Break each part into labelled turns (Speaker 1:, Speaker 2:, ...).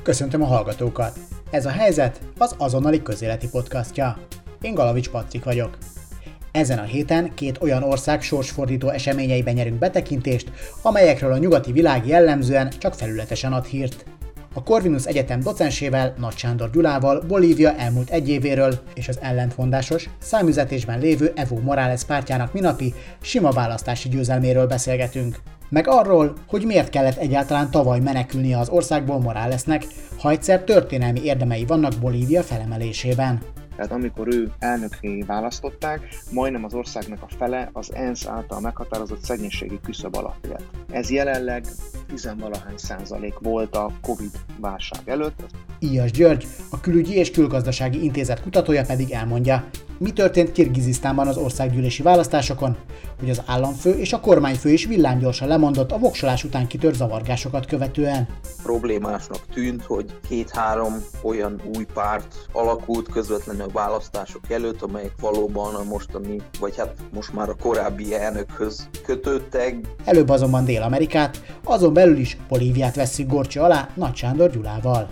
Speaker 1: Köszöntöm a hallgatókat! Ez a helyzet az azonnali közéleti podcastja. Én Galavics Patrik vagyok. Ezen a héten két olyan ország sorsfordító eseményeiben nyerünk betekintést, amelyekről a nyugati világ jellemzően csak felületesen ad hírt. A Corvinus Egyetem docensével, Nagy Sándor Gyulával Bolívia elmúlt egy évéről és az ellentmondásos, számüzetésben lévő Evo Morales pártjának minapi, sima választási győzelméről beszélgetünk. Meg arról, hogy miért kellett egyáltalán tavaly menekülnie az országból Moralesnek, ha egyszer történelmi érdemei vannak Bolívia felemelésében.
Speaker 2: Tehát amikor ő elnökké választották, majdnem az országnak a fele az ENSZ által meghatározott szegénységi küszöb alatt élt. Ez jelenleg 10-valahány% volt a Covid válság előtt.
Speaker 1: Íjas György, a Külügyi és Külgazdasági Intézet kutatója pedig elmondja, mi történt Kirgizisztánban az országgyűlési választásokon, hogy az államfő és a kormányfő is villámgyorsan lemondott a voksolás után kitört zavargásokat követően.
Speaker 3: Problémásnak tűnt, hogy 2-3 olyan új párt alakult közvetlenül a választások előtt, amelyek valóban a mostani, vagy hát most már a korábbi elnökhöz kötődtek.
Speaker 1: Előbb azonban Dél-Amerikát, azon belül is Bolíviát vesszük górcső alá Nagy Sándor Gyulával.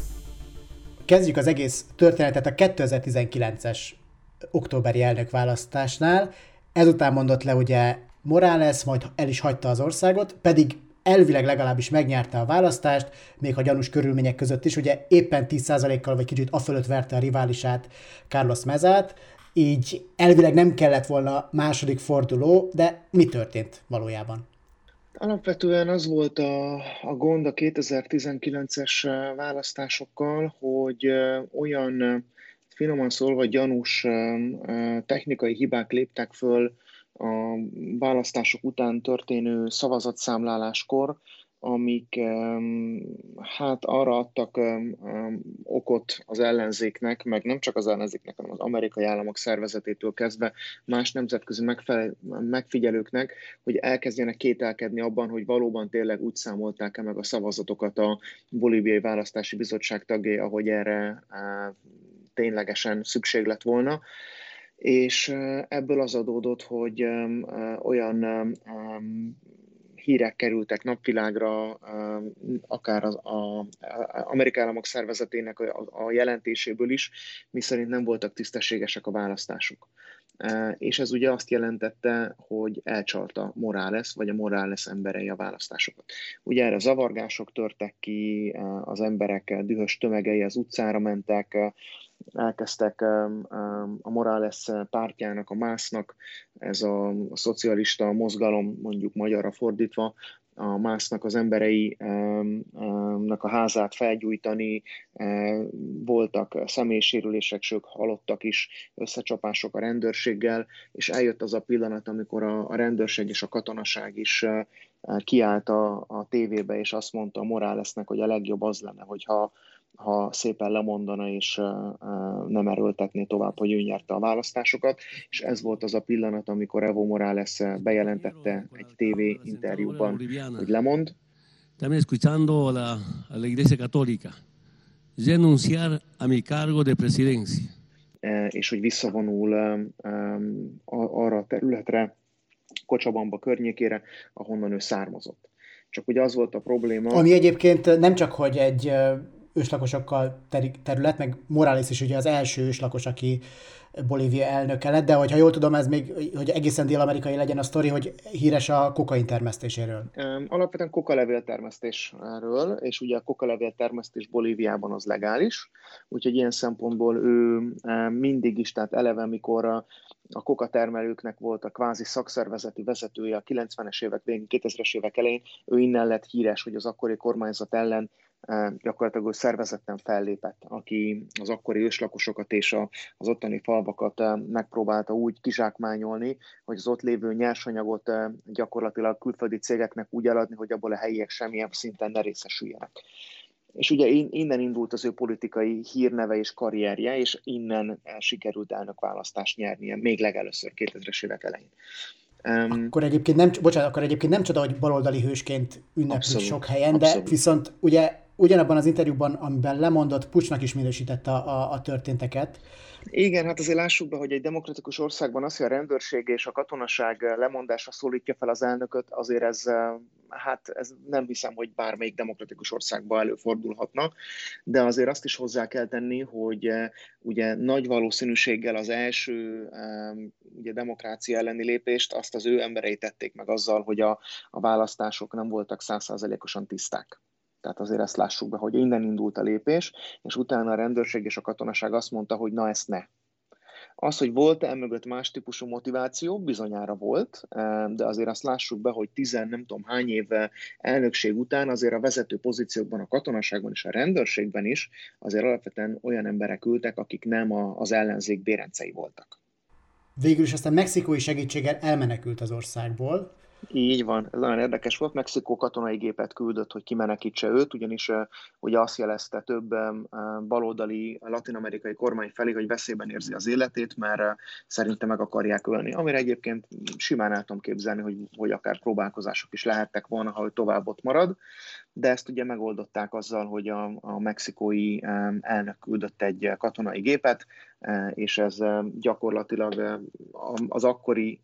Speaker 1: Kezdjük az egész történetet a 2019-es októberi elnökválasztásnál. Ezután mondott le ugye Morales, majd el is hagyta az országot, pedig elvileg legalábbis megnyerte a választást, még ha gyanús körülmények között is, ugye éppen 10%-kal vagy kicsit afölött verte a riválisát, Carlos Mezát, így elvileg nem kellett volna második forduló, de mi történt valójában?
Speaker 2: Alapvetően az volt a gond a 2019-es választásokkal, hogy olyan finoman szólva gyanús technikai hibák léptek föl a választások után történő szavazatszámláláskor, amik hát arra adtak okot az ellenzéknek, meg nem csak az ellenzéknek, hanem az amerikai államok szervezetétől kezdve más nemzetközi megfigyelőknek, hogy elkezdjenek kételkedni abban, hogy valóban tényleg úgy számolták-e meg a szavazatokat a Bolíviai Választási Bizottság tagjai, ahogy erre ténylegesen szükség lett volna. És ebből az adódott, hogy olyan hírek kerültek napvilágra, akár az Amerikai Államok Szervezetének a jelentéséből is, miszerint nem voltak tisztességesek a választások. És ez ugye azt jelentette, hogy elcsalta Morales, vagy a Morales emberei a választásokat. Ugye erre zavargások törtek ki, az emberek dühös tömegei az utcára mentek, elkezdtek a Morales pártjának, a MÁSZ-nak, ez a szocialista mozgalom, mondjuk magyarra fordítva, a MÁSZ-nak az embereinek a házát felgyújtani, voltak személysérülések, sőt halottak is, összecsapások a rendőrséggel, és eljött az a pillanat, amikor a rendőrség és a katonaság is kiállt a tévébe, és azt mondta a Moralesnek, hogy a legjobb az lenne, hogyha szépen lemondana és nem erőltetné tovább, hogy ő nyerte a választásokat, és ez volt az a pillanat, amikor Evo Morales bejelentette egy TV interjúban, hogy lemond.
Speaker 4: También escuchando a la Iglesia Católica renunciar a mi cargo de presidencia.
Speaker 2: És hogy visszavonul arra a területre, Cochabamba környékére, ahonnan ő származott. Csak ugye az volt a probléma...
Speaker 1: Ami egyébként nem csak, hogy egy őslakosokkal terület, meg Morales is ugye az első őslakos, aki Bolívia elnöke lett, de hogyha jól tudom, ez még, hogy egészen dél-amerikai legyen a sztori, hogy híres a kokain termesztéséről.
Speaker 2: Alapvetően kokalevél termesztésről, és ugye a kokalevél termesztés Bolíviában az legális, úgyhogy ilyen szempontból ő mindig is, tehát eleve, mikor a kokatermelőknek volt a kvázi szakszervezeti vezetője a 90-es évek végén, 2000-es évek elején, ő innen lett híres, hogy az akkori kormányzat ellen gyakorlatilag szervezetten fellépett, aki az akkori őslakosokat és az ottani falvakat megpróbálta úgy kizsákmányolni, hogy az ott lévő nyersanyagot gyakorlatilag külföldi cégeknek úgy eladni, hogy abból a helyiek semmilyen szinten ne részesüljenek. És ugye innen indult az ő politikai hírneve és karrierje, és innen sikerült elnökválasztást nyernie, még legelőször 2000-es évek elején.
Speaker 1: Akkor egyébként nem csoda, hogy baloldali hősként ünneplik sok helyen,
Speaker 2: abszolút.
Speaker 1: De viszont ugye ugyanabban az interjúban, amiben lemondott, puccsnak is minősítette a történteket.
Speaker 2: Igen, hát azért lássuk be, hogy egy demokratikus országban az, hogy a rendőrség és a katonaság lemondásra szólítja fel az elnököt, azért ez nem hiszem, hogy bármelyik demokratikus országban előfordulhatna, de azért azt is hozzá kell tenni, hogy ugye nagy valószínűséggel az első ugye demokrácia elleni lépést azt az ő emberei tették meg azzal, hogy a választások nem voltak 100%-osan tiszták. Tehát azért ezt lássuk be, hogy innen indult a lépés, és utána a rendőrség és a katonaság azt mondta, hogy na ezt ne. Az, hogy volt-e emögött más típusú motiváció, bizonyára volt, de azért azt lássuk be, hogy nem tudom hány év elnökség után azért a vezető pozíciókban, a katonaságban és a rendőrségben is azért alapvetően olyan emberek ültek, akik nem az ellenzék bérencei voltak.
Speaker 1: Végül is aztán mexikói segítséggel elmenekült az országból.
Speaker 2: Így van, ez nagyon érdekes volt. Mexikó katonai gépet küldött, hogy kimenekítse őt, ugyanis ugye azt jelezte több baloldali latin-amerikai kormány felé, hogy veszélyben érzi az életét, mert szerinte meg akarják ölni. Amire egyébként simán el tudom képzelni, hogy akár próbálkozások is lehettek volna, ha ő tovább ott marad, de ezt ugye megoldották azzal, hogy a mexikói elnök küldött egy katonai gépet, és ez gyakorlatilag az akkori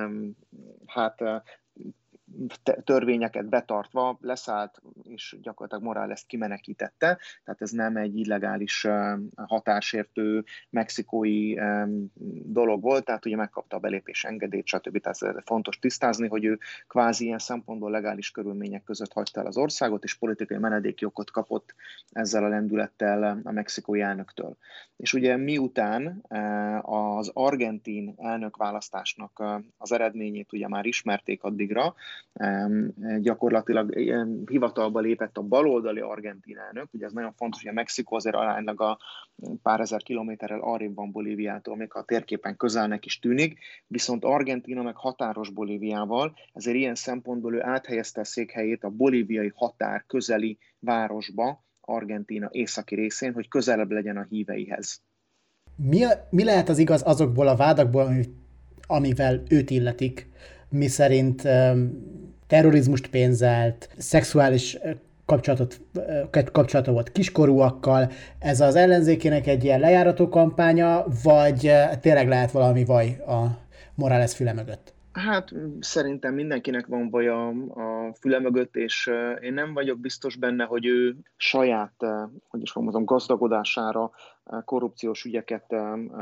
Speaker 2: törvényeket betartva leszállt, és gyakorlatilag Morales kimenekítette, tehát ez nem egy illegális határsértő mexikói dolog volt, tehát ugye megkapta a belépés engedélyt, stb. Tehát fontos tisztázni, hogy ő kvázi ilyen szempontból legális körülmények között hagyta el az országot, és politikai menedékjogot kapott ezzel a lendülettel a mexikói elnöktől. És ugye miután az argentin elnökválasztásnak az eredményét ugye már ismerték addigra, gyakorlatilag hivatalba lépett a baloldali argentin elnök. Ugye ez nagyon fontos, hogy a Mexikó azért aránylag a pár ezer kilométerrel arrébb van Bolíviától, még ha a térképen közelnek is tűnik, viszont Argentína meg határos Bolíviával, ezért ilyen szempontból ő áthelyezte a székhelyét a bolíviai határ közeli városba, Argentína északi részén, hogy közelebb legyen a híveihez.
Speaker 1: Mi lehet az igaz azokból a vádakból, amivel őt illetik, miszerint terrorizmust pénzelt, szexuális kapcsolata volt kiskorúakkal? Ez az ellenzékének egy ilyen lejárató kampánya, vagy tényleg lehet valami vaj a Morales füle mögött?
Speaker 2: Hát szerintem mindenkinek van baj a füle mögött, és én nem vagyok biztos benne, hogy ő saját, gazdagodására korrupciós ügyeket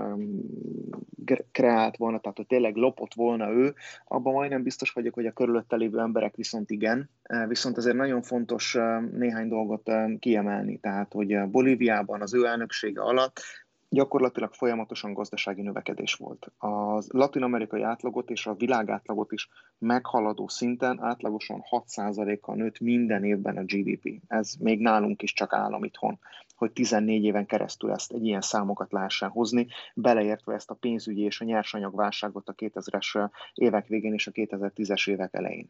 Speaker 2: kreált volna, tehát hogy tényleg lopott volna ő. Abban majdnem biztos vagyok, hogy a körülötte lévő emberek viszont igen. Viszont azért nagyon fontos néhány dolgot kiemelni, tehát hogy Bolíviában az ő elnöksége alatt gyakorlatilag folyamatosan gazdasági növekedés volt. A latin-amerikai átlagot és a világ átlagot is meghaladó szinten átlagosan 6%-kal nőtt minden évben a GDP. Ez még nálunk is csak állam itthon, hogy 14 éven keresztül ezt egy ilyen számokat lehessen hozni, beleértve ezt a pénzügyi és a nyersanyagválságot a 2000-es évek végén és a 2010-es évek elején.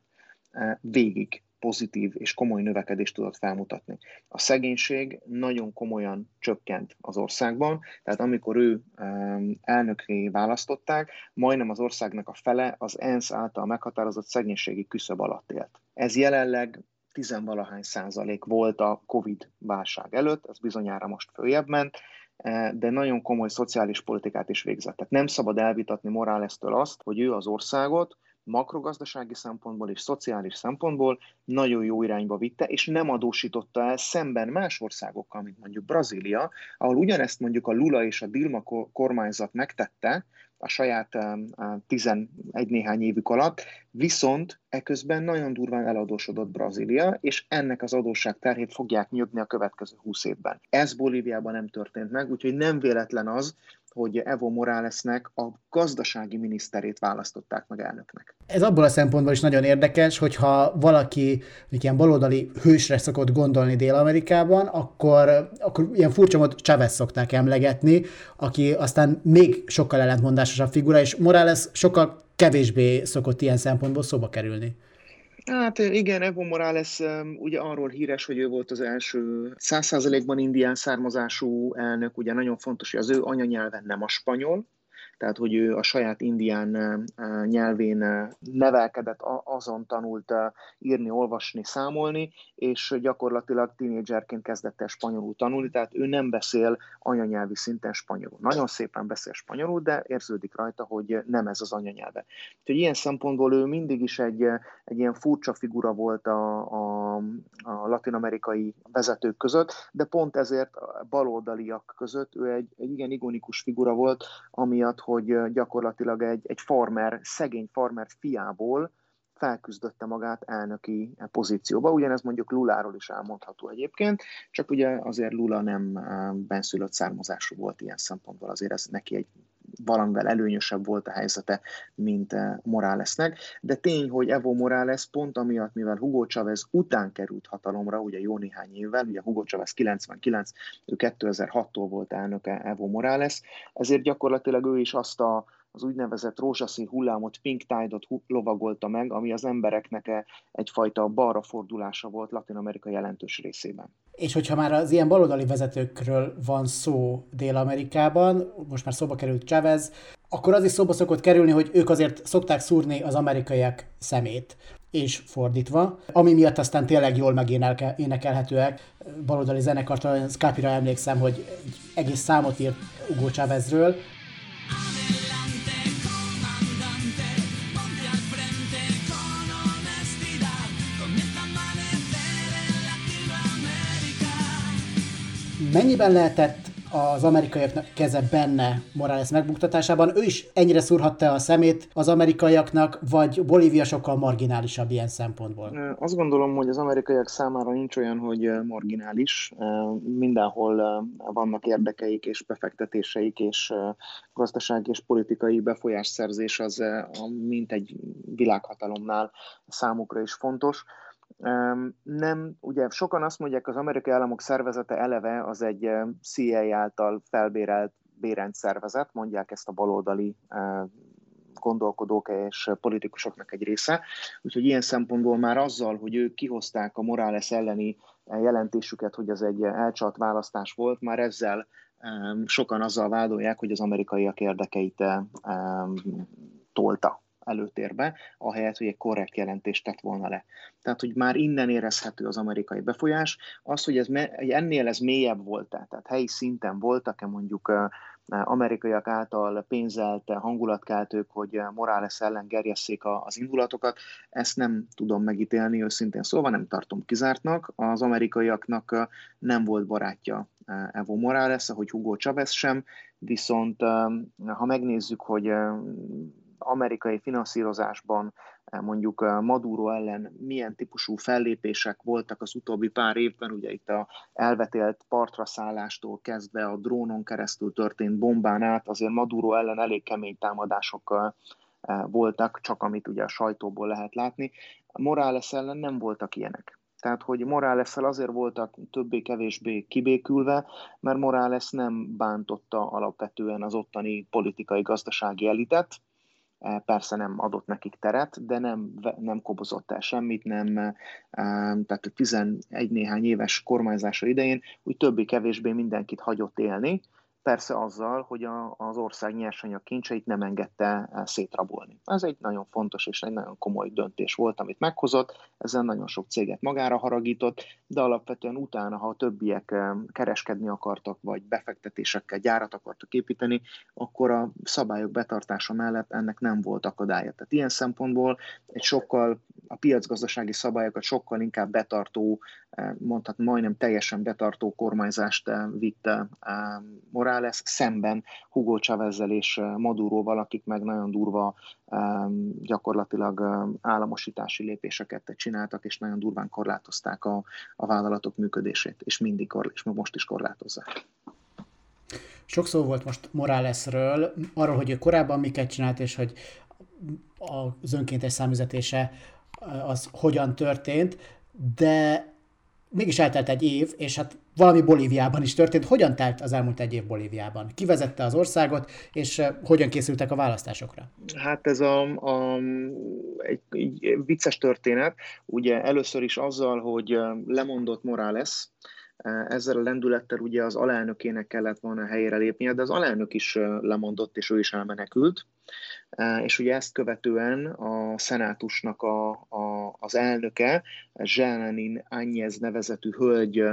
Speaker 2: Végig pozitív és komoly növekedést tudott felmutatni. A szegénység nagyon komolyan csökkent az országban, tehát amikor ő elnökké választották, majdnem az országnak a fele az ENSZ által meghatározott szegénységi küszöb alatt élt. Ez jelenleg 10-valahány % volt a Covid válság előtt, ez bizonyára most följebb ment, de nagyon komoly szociális politikát is végzett. Tehát nem szabad elvitatni Moralestől azt, hogy ő az országot makrogazdasági szempontból és szociális szempontból nagyon jó irányba vitte, és nem adósította el szemben más országokkal, mint mondjuk Brazília, ahol ugyanezt mondjuk a Lula és a Dilma kormányzat megtette a saját 11 néhány évük alatt, viszont eközben nagyon durván eladósodott Brazília, és ennek az adósság terhét fogják nyögni a következő 20 évben. Ez Bolíviában nem történt meg, úgyhogy nem véletlen az, hogy Evo Moralesnek a gazdasági miniszterét választották meg elnöknek.
Speaker 1: Ez abból a szempontból is nagyon érdekes, hogyha valaki ilyen baloldali hősre szokott gondolni Dél-Amerikában, akkor ilyen furcsa módon Chávez szokták emlegetni, aki aztán még sokkal ellentmondásosabb figura, és Morales sokkal kevésbé szokott ilyen szempontból szóba kerülni.
Speaker 2: Hát igen, Evo Morales ugye arról híres, hogy ő volt az első 100%-ban indián származású elnök, ugye nagyon fontos, hogy az ő anyanyelve nem a spanyol, tehát hogy ő a saját indián nyelvén nevelkedett, azon tanult írni, olvasni, számolni, és gyakorlatilag tínédzserként kezdett el spanyolul tanulni, tehát ő nem beszél anyanyelvi szinten spanyolul. Nagyon szépen beszél spanyolul, de érződik rajta, hogy nem ez az anyanyelve. Úgyhogy ilyen szempontból ő mindig is egy ilyen furcsa figura volt a latin-amerikai vezetők között, de pont ezért a baloldaliak között ő egy igen ikonikus figura volt, amiatt, hogy gyakorlatilag egy farmer, szegény farmer fiából felküzdötte magát elnöki pozícióba. Ugyanez mondjuk Luláról is elmondható egyébként, csak ugye azért Lula nem benszülött származású volt ilyen szempontból, azért ez neki egy valamivel előnyösebb volt a helyzete, mint Moralesnek. De tény, hogy Evo Morales pont amiatt, mivel Hugo Chávez után került hatalomra, ugye jó néhány évvel, ugye Hugo Chávez 99, ő 2006-tól volt elnöke Evo Morales, ezért gyakorlatilag ő is azt az úgynevezett rózsaszín hullámot, pink tide-ot lovagolta meg, ami az embereknek egyfajta balrafordulása volt Latin-Amerika jelentős részében.
Speaker 1: És hogyha már az ilyen baloldali vezetőkről van szó Dél-Amerikában, most már szóba került Chávez, akkor az is szóba szokott kerülni, hogy ők azért szokták szúrni az amerikaiak szemét, és fordítva, ami miatt aztán tényleg jól megénekelhetőek. Baloldali zenekartól, Scapira emlékszem, hogy egy egész számot írt Hugo Chávezről. Mennyiben lehetett az amerikaiaknak keze benne Morales megbuktatásában? Ő is ennyire szúrhatta a szemét az amerikaiaknak, vagy Bolívia sokkal marginálisabb ilyen szempontból?
Speaker 2: Azt gondolom, hogy az amerikaiak számára nincs olyan, hogy marginális. Mindenhol vannak érdekeik és befektetéseik, és gazdasági és politikai befolyásszerzés az mint egy világhatalomnál számukra is fontos. Nem, ugye sokan azt mondják, az Amerikai Államok Szervezete eleve az egy CIA által felbérelt bérelt szervezet, mondják ezt a baloldali gondolkodók és politikusoknak egy része. Úgyhogy ilyen szempontból már azzal, hogy ők kihozták a Morales elleni jelentésüket, hogy ez egy elcsalt választás volt, már ezzel sokan azzal vádolják, hogy az amerikaiak érdekeit tolta előtérbe, ahelyett, hogy egy korrekt jelentést tett volna le. Tehát, hogy már innen érezhető az amerikai befolyás. Az, hogy ennél ez mélyebb volt, tehát helyi szinten voltak-e mondjuk amerikaiak által pénzelt hangulatkeltők, hogy Morales ellen gerjesszék az indulatokat, ezt nem tudom megítélni, őszintén szólva, nem tartom kizártnak. Az amerikaiaknak nem volt barátja Evo Morales, ahogy Hugo Chávez sem, viszont ha megnézzük, hogy amerikai finanszírozásban mondjuk Maduro ellen milyen típusú fellépések voltak az utóbbi pár évben, ugye itt a elvetélt partra szállástól kezdve a drónon keresztül történt bombán át, azért Maduro ellen elég kemény támadások voltak, csak amit ugye a sajtóból lehet látni. Morales ellen nem voltak ilyenek. Tehát, hogy Morales-szel azért voltak többé-kevésbé kibékülve, mert Morales nem bántotta alapvetően az ottani politikai-gazdasági elitet, persze nem adott nekik teret, de nem kobozott el semmit, tehát 11 néhány éves kormányzása idején úgy többé-kevésbé mindenkit hagyott élni, persze azzal, hogy az ország nyersanyag kincseit nem engedte szétrabolni. Ez egy nagyon fontos és egy nagyon komoly döntés volt, amit meghozott, ezzel nagyon sok céget magára haragított, de alapvetően utána, ha a többiek kereskedni akartak, vagy befektetésekkel gyárat akartak építeni, akkor a szabályok betartása mellett ennek nem volt akadálya. Tehát ilyen szempontból a piacgazdasági szabályokat sokkal inkább betartó, mondhatni majdnem teljesen betartó kormányzást vitt Morales szemben Hugo Chávezzel és Maduróval, akik meg nagyon durva gyakorlatilag államosítási lépéseket csináltak, és nagyon durván korlátozták a vállalatok működését, és most is korlátozzák.
Speaker 1: Sok szó volt most Moralesről, arról, hogy ő korábban miket csinált, és hogy az önkéntes számüzetése az hogyan történt, de mégis eltelt egy év, és hát valami Bolíviában is történt. Hogyan telt az elmúlt egy év Bolíviában? Ki vezette az országot, és hogyan készültek a választásokra?
Speaker 2: Hát ez egy vicces történet. Ugye először is azzal, hogy lemondott Morales, Ezzel a lendülettel ugye az alelnökének kellett volna helyére lépnie, de az alelnök is lemondott, és ő is elmenekült. És ugye ezt követően a szenátusnak az elnöke, Jeanine Áñez nevezetű hölgy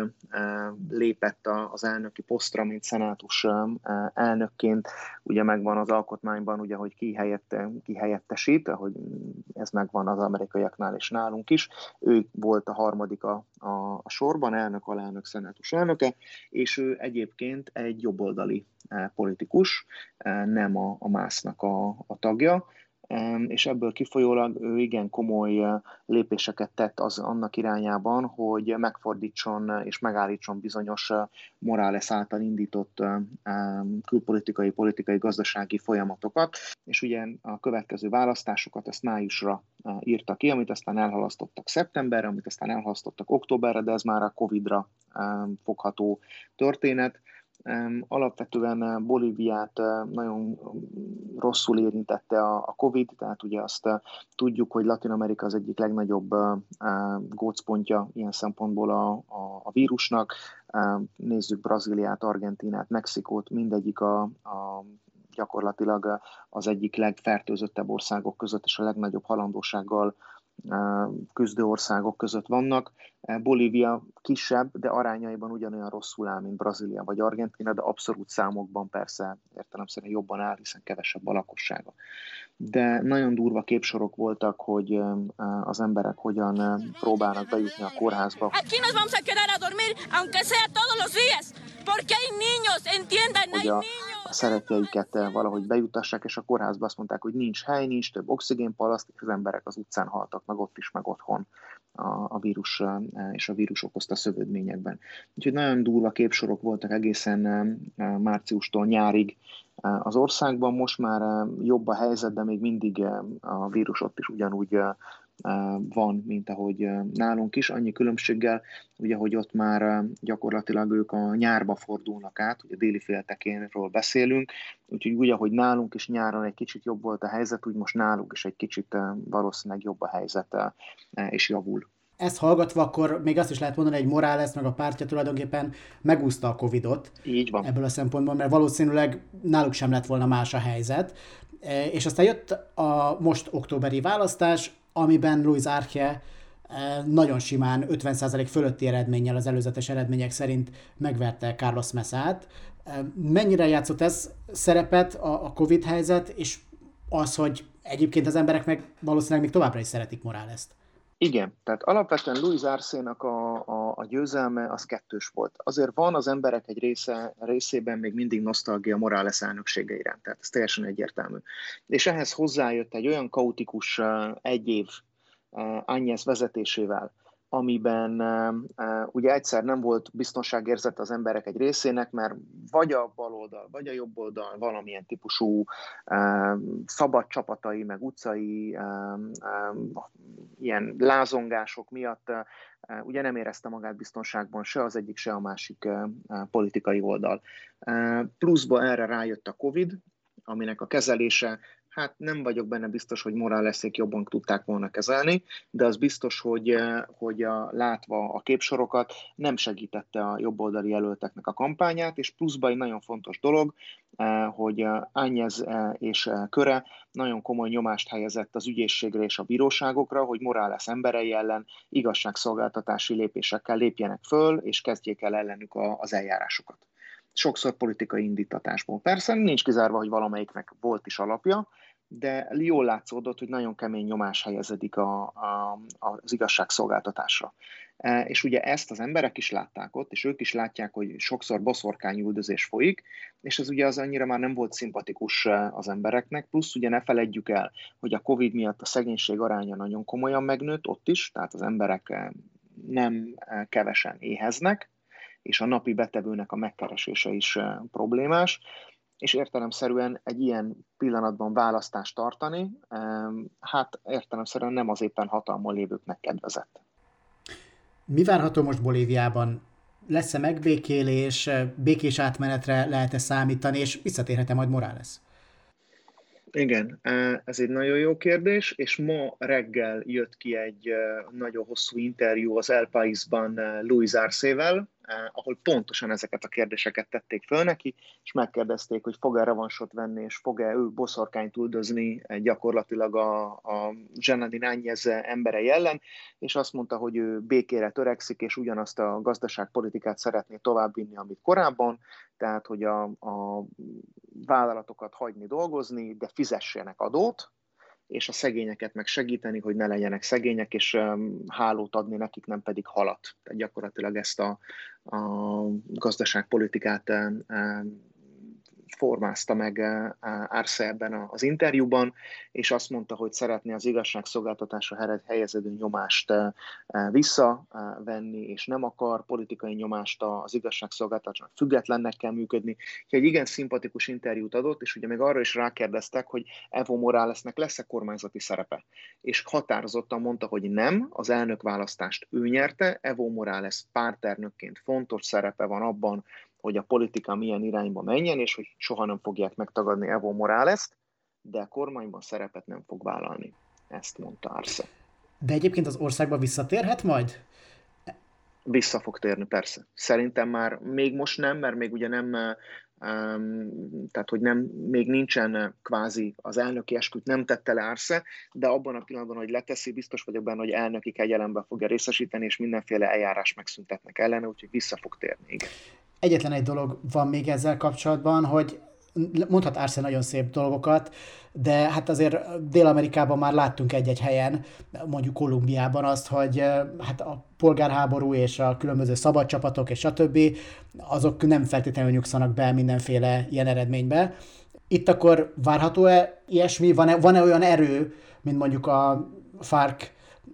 Speaker 2: lépett az elnöki posztra, mint szenátus elnökként. Ugye megvan az alkotmányban, ugye, hogy ki helyettesít, hogy ez megvan az amerikaiaknál és nálunk is. Ő volt a harmadik a sorban, elnök, alelnök, szenátus elnöke, és ő egyébként egy jobboldali politikus, nem a MÁSZ-nak a tagja, és ebből kifolyólag ő igen komoly lépéseket tett annak irányában, hogy megfordítson és megállítson bizonyos Morales által indított külpolitikai, politikai, gazdasági folyamatokat, és ugye a következő választásokat ezt májusra írta ki, amit aztán elhalasztottak szeptemberre, amit aztán elhalasztottak októberre, de ez már a Covid-ra fogható történet. Alapvetően Bolíviát nagyon rosszul érintette a Covid, tehát ugye azt tudjuk, hogy Latin-Amerika az egyik legnagyobb gócpontja ilyen szempontból a vírusnak. Nézzük Brazíliát, Argentínát, Mexikót, mindegyik gyakorlatilag az egyik legfertőzöttebb országok között és a legnagyobb halandósággal küzdő országok között vannak. Bolívia kisebb, de arányaiban ugyanolyan rosszul áll, mint Brazília vagy Argentína, de abszolút számokban persze értelemszerűen jobban áll, hiszen kevesebb a lakossága. De nagyon durva képsorok voltak, hogy az emberek hogyan próbálnak bejutni a kórházba. Aquí nos vamos a quedar a dormir, aunque sea todos los días, porque hay niños, entiendan, hay niños. A szeretteiket valahogy bejutassák, és a kórházba azt mondták, hogy nincs hely, nincs több oxigénpalaszt, és az emberek az utcán haltak meg ott is, meg otthon a vírus és a vírus okozta szövődményekben. Úgyhogy nagyon durva képsorok voltak egészen márciustól nyárig az országban. Most már jobb a helyzet, de még mindig a vírus ott is ugyanúgy van, mint ahogy nálunk is, annyi különbséggel, ugye, hogy ott már gyakorlatilag ők a nyárba fordulnak át, ugye déli féltekénről beszélünk, úgyhogy úgy, ahogy nálunk is nyáron egy kicsit jobb volt a helyzet, úgy most nálunk is egy kicsit valószínűleg jobb a helyzet, és javul.
Speaker 1: Ezt hallgatva akkor még azt is lehet mondani, hogy Morales meg a pártja tulajdonképpen megúszta a Covid-ot.
Speaker 2: Így van.
Speaker 1: Ebből a szempontból, mert valószínűleg náluk sem lett volna más a helyzet. És aztán jött a most októberi választás, amiben Luis Arce nagyon simán 50% fölötti eredménnyel az előzetes eredmények szerint megverte Carlos Mesát. Mennyire játszott ez szerepet a Covid helyzet, és az, hogy egyébként az emberek meg valószínűleg még továbbra is szeretik Moralest?
Speaker 2: Igen, tehát alapvetően Luis Arce-nak a győzelme az kettős volt. Azért van az emberek egy részében még mindig nosztalgia Morales elnöksége iránt, tehát ez teljesen egyértelmű. És ehhez hozzájött egy olyan kaotikus egy év Áñez vezetésével, amiben ugye egyszer nem volt biztonságérzet az emberek egy részének, mert vagy a baloldal, vagy a jobboldal valamilyen típusú szabad csapatai, meg utcai ilyen lázongások miatt ugye nem érezte magát biztonságban se az egyik, se a másik politikai oldal. Pluszba erre rájött a Covid, aminek a kezelése, hát nem vagyok benne biztos, hogy Moralesék jobban tudták volna kezelni, de az biztos, hogy látva a képsorokat nem segítette a jobboldali jelölteknek a kampányát, és pluszban egy nagyon fontos dolog, hogy Áñez és köre nagyon komoly nyomást helyezett az ügyészségre és a bíróságokra, hogy Morales emberei ellen igazságszolgáltatási lépésekkel lépjenek föl, és kezdjék el ellenük az eljárásokat. Sokszor politikai indítatásból. Persze nincs kizárva, hogy valamelyiknek volt is alapja, de jól látszódott, hogy nagyon kemény nyomás helyezedik az igazságszolgáltatásra. És ugye ezt az emberek is látták ott, és ők is látják, hogy sokszor boszorkányüldözés folyik, és ez ugye az annyira már nem volt szimpatikus az embereknek, plusz ugye ne feledjük el, hogy a Covid miatt a szegénység aránya nagyon komolyan megnőtt ott is, tehát az emberek nem kevesen éheznek, és a napi betevőnek a megkeresése is problémás, és értelemszerűen egy ilyen pillanatban választást tartani, hát értelemszerűen nem az éppen hatalmon lévőknek kedvezett.
Speaker 1: Mi várható most Bolíviában? Lesz-e megbékélés, békés átmenetre lehet-e számítani, és visszatérhet-e majd Morales?
Speaker 2: Igen, ez egy nagyon jó kérdés, és ma reggel jött ki egy nagyon hosszú interjú az El Paísban Luis Arce-vel, ahol pontosan ezeket a kérdéseket tették föl neki, és megkérdezték, hogy fog-e revansot venni, és fog-e ő boszorkányt üldözni gyakorlatilag a Jeanine Áñez emberei ellen, és azt mondta, hogy ő békére törekszik, és ugyanazt a gazdaságpolitikát szeretné továbbvinni, amit korábban, tehát, hogy a vállalatokat hagyni dolgozni, de fizessenek adót, és a szegényeket meg segíteni, hogy ne legyenek szegények, és hálót adni nekik, nem pedig halat. Tehát gyakorlatilag ezt a gazdaságpolitikát formázta meg Arce ebben az interjúban, és azt mondta, hogy szeretné az igazságszolgáltatásra helyeződő nyomást visszavenni, és nem akar politikai nyomást az igazságszolgáltatásnak, függetlennek kell működni. Egy igen szimpatikus interjút adott, és ugye még arra is rákérdeztek, hogy Evo Moralesnek lesz-e kormányzati szerepe. És határozottan mondta, hogy nem, az elnökválasztást ő nyerte, Evo Morales pártelnökként fontos szerepe van abban, hogy a politika milyen irányba menjen, és hogy soha nem fogják megtagadni Evo Moralest, de a kormányban szerepet nem fog vállalni. Ezt mondta Arce.
Speaker 1: De egyébként az országba visszatérhet majd?
Speaker 2: Vissza fog térni, persze. Szerintem már még most nem, mert még ugye nem, tehát hogy nem, még nincsen kvázi az elnöki esküt nem tette le Arce, de abban a pillanatban, hogy leteszi, biztos vagyok benne, hogy elnöki kegyelemben fogja részesíteni, és mindenféle eljárás megszüntetnek ellene, úgyhogy vissza fog térni, igen.
Speaker 1: Egyetlen egy dolog van még ezzel kapcsolatban, hogy mondhat Arce nagyon szép dolgokat, de hát azért Dél-Amerikában már láttunk egy-egy helyen, mondjuk Kolumbiában azt, hogy hát a polgárháború és a különböző szabadcsapatok és stb. Azok nem feltétlenül nyugszanak be mindenféle ilyen eredménybe. Itt akkor várható-e ilyesmi? Van-e olyan erő, mint mondjuk a FARC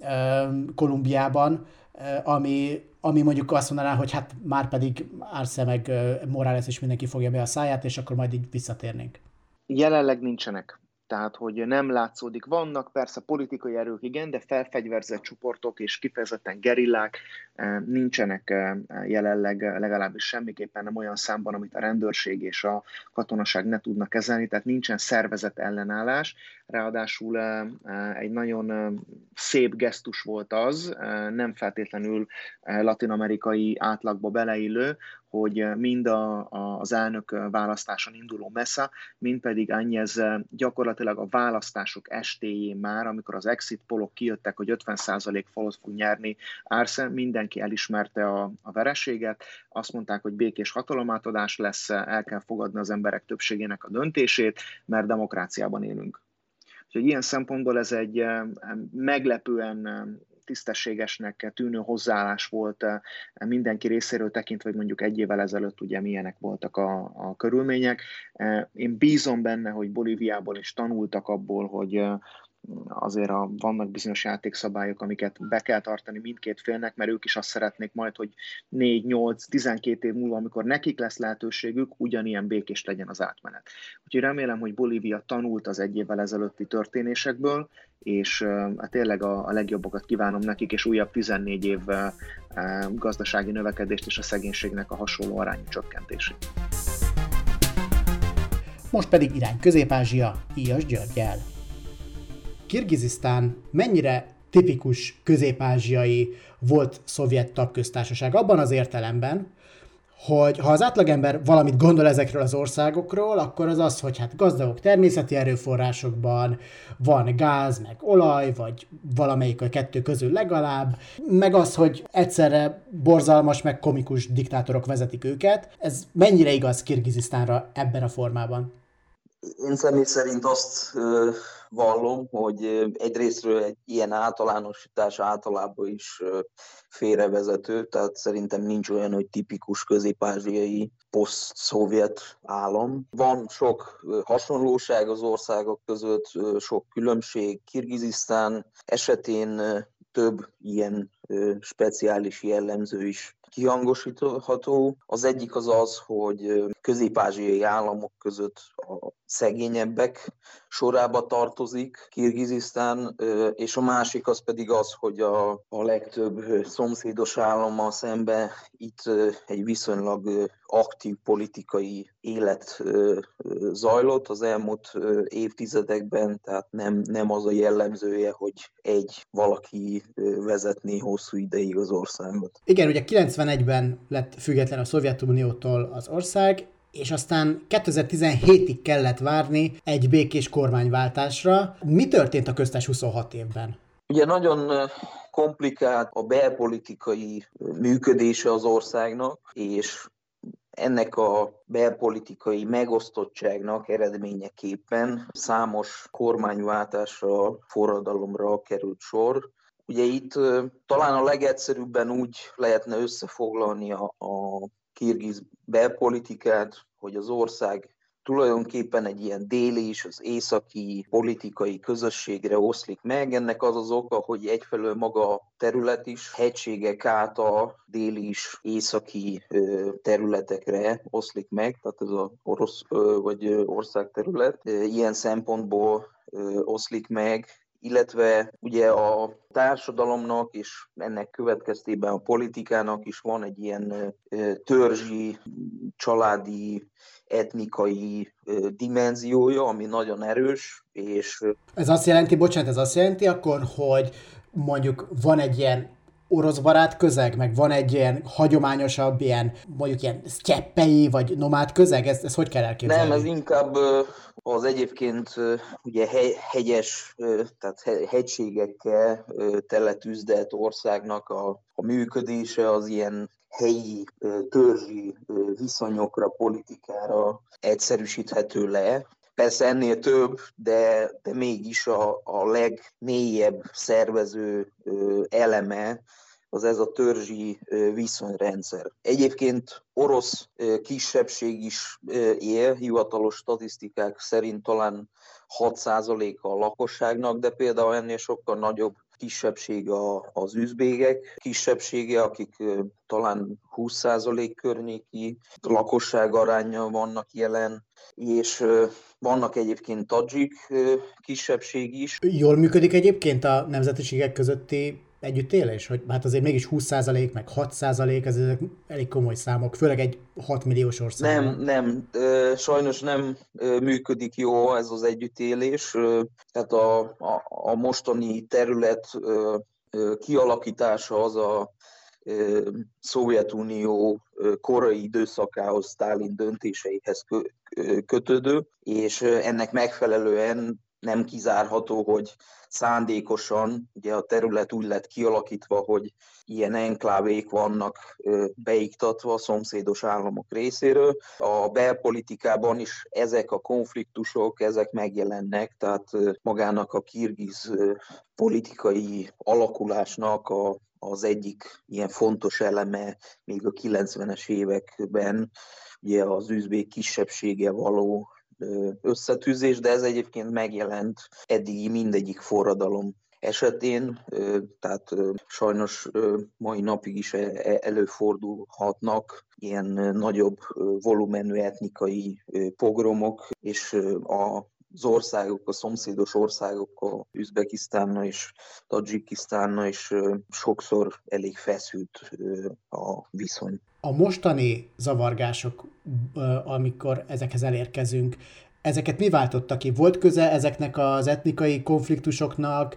Speaker 1: Kolumbiában, ami mondjuk azt mondaná, hogy hát már pedig Arce meg Morales is mindenki fogja be a száját, és akkor majd így visszatérnénk.
Speaker 2: Jelenleg nincsenek. Tehát, hogy nem látszódik. Vannak persze politikai erők, igen, de felfegyverzett csoportok és kifejezetten gerillák nincsenek jelenleg, legalábbis semmiképpen nem olyan számban, amit a rendőrség és a katonaság ne tudnak kezelni, tehát nincsen szervezett ellenállás. Ráadásul egy nagyon szép gesztus volt az, nem feltétlenül latin-amerikai átlagba beleillő, hogy mind az elnök választáson induló Mesa, mind pedig Áñez gyakorlatilag a választások estéjén már, amikor az exit pollok kijöttek, hogy 50% falot fog nyerni Arce, mindenki elismerte a vereséget, azt mondták, hogy békés hatalomátadás lesz, el kell fogadni az emberek többségének a döntését, mert demokráciában élünk. Úgyhogy ilyen szempontból ez egy meglepően tisztességesnek tűnő hozzáállás volt mindenki részéről tekintve, hogy mondjuk egy évvel ezelőtt ugye milyenek voltak a körülmények. Én bízom benne, hogy Bolíviából is tanultak abból, hogy azért vannak bizonyos játékszabályok, amiket be kell tartani mindkét félnek, mert ők is azt szeretnék majd, hogy 4, 8, 12 év múlva, amikor nekik lesz lehetőségük, ugyanilyen békés legyen az átmenet. Úgyhogy remélem, hogy Bolívia tanult az egy évvel ezelőtti történésekből, és hát tényleg a legjobbakat kívánom nekik, és újabb 14 év gazdasági növekedést és a szegénységnek a hasonló arányú csökkentését.
Speaker 1: Most pedig irány Közép-Ázsia, Íjas Györggyel. Kirgizisztán mennyire tipikus közép-ázsiai volt szovjet tagköztársaság abban az értelemben, hogy ha az átlagember valamit gondol ezekről az országokról, akkor az az, hogy hát gazdagok természeti erőforrásokban, van gáz, meg olaj, vagy valamelyik a kettő közül legalább, meg az, hogy egyszerre borzalmas, meg komikus diktátorok vezetik őket. Ez mennyire igaz Kirgizisztánra ebben a formában?
Speaker 3: Én személy szerint azt vallom, hogy egyrésztről egy ilyen általánosítás általában is félrevezető, tehát szerintem nincs olyan, hogy tipikus közép-ázsiai poszt-szovjet állam. Van sok hasonlóság az országok között, sok különbség. Kirgizisztán esetén több ilyen speciális jellemző is kihangosítható. Az egyik az az, hogy közép-ázsiai államok között a szegényebbek sorába tartozik Kirgizisztán, és a másik az pedig az, hogy a legtöbb szomszédos állammal szemben itt egy viszonylag aktív politikai élet zajlott az elmúlt évtizedekben, tehát nem az a jellemzője, hogy egy valaki vezetné hosszú ideig az országot.
Speaker 1: Igen, ugye 91-ben lett független a Szovjetuniótól az ország, és aztán 2017-ig kellett várni egy békés kormányváltásra. Mi történt a köztes 26 évben?
Speaker 3: Ugye nagyon komplikált a belpolitikai működése az országnak, és ennek a belpolitikai megosztottságnak eredményeképpen számos kormányváltásra, forradalomra került sor. Ugye itt talán a legegyszerűbben úgy lehetne összefoglalni a kirgiz belpolitikát, hogy az ország tulajdonképpen egy ilyen déli és az északi politikai közösségre oszlik meg. Ennek az az oka, hogy egyfelől maga a terület is hegységek által déli és északi területekre oszlik meg, tehát ez az orosz vagy országterület ilyen szempontból oszlik meg, illetve ugye a társadalomnak és ennek következtében a politikának is van egy ilyen törzsi, családi, etnikai dimenziója, ami nagyon erős. És
Speaker 1: ez azt jelenti akkor, hogy mondjuk van egy ilyen orosz barát közeg, meg van egy ilyen hagyományosabb, mondjuk ilyen sztyeppei, vagy nomád közeg? Ez hogy kell elképzelni?
Speaker 3: Nem, ez inkább az egyébként ugye hegyes, tehát hegységekkel teletűzdelt országnak a működése az ilyen helyi törzsi viszonyokra, politikára egyszerűsíthető le. Persze ennél több, de mégis a legmélyebb szervező eleme az ez a törzsi viszonyrendszer. Egyébként orosz kisebbség is él, hivatalos statisztikák szerint talán 6%-a a lakosságnak, de például ennél sokkal nagyobb kisebbség az üzbégek kisebbsége, akik talán 20% környéki lakosság aránnyal vannak jelen, és vannak egyébként tadzsik kisebbség is.
Speaker 1: Jól működik egyébként a nemzetiségek közötti együttélés? Hogy hát azért mégis 20% meg 6%, ezek elég komoly számok, főleg egy 6 milliós országban.
Speaker 3: Nem, sajnos nem működik jó ez az együttélés. Tehát a mostani terület kialakítása az a Szovjetunió korai időszakához, Sztálin döntéseihez kötődő, és ennek megfelelően nem kizárható, hogy szándékosan ugye a terület úgy lett kialakítva, hogy ilyen enklávék vannak beiktatva a szomszédos államok részéről. A belpolitikában is ezek a konfliktusok, ezek megjelennek, tehát magának a kirgiz politikai alakulásnak az egyik ilyen fontos eleme még a 90-es években ugye az üzbék kisebbsége való összetűzés, de ez egyébként megjelent eddigi mindegyik forradalom esetén, tehát sajnos mai napig is előfordulhatnak ilyen nagyobb volumenű etnikai pogromok, és az országok, a szomszédos országok, a Üzbegisztánnal és Tadzsikisztánnal is sokszor elég feszült a viszony.
Speaker 1: A mostani zavargások, amikor ezekhez elérkezünk, ezeket mi váltotta ki? Volt köze ezeknek az etnikai konfliktusoknak,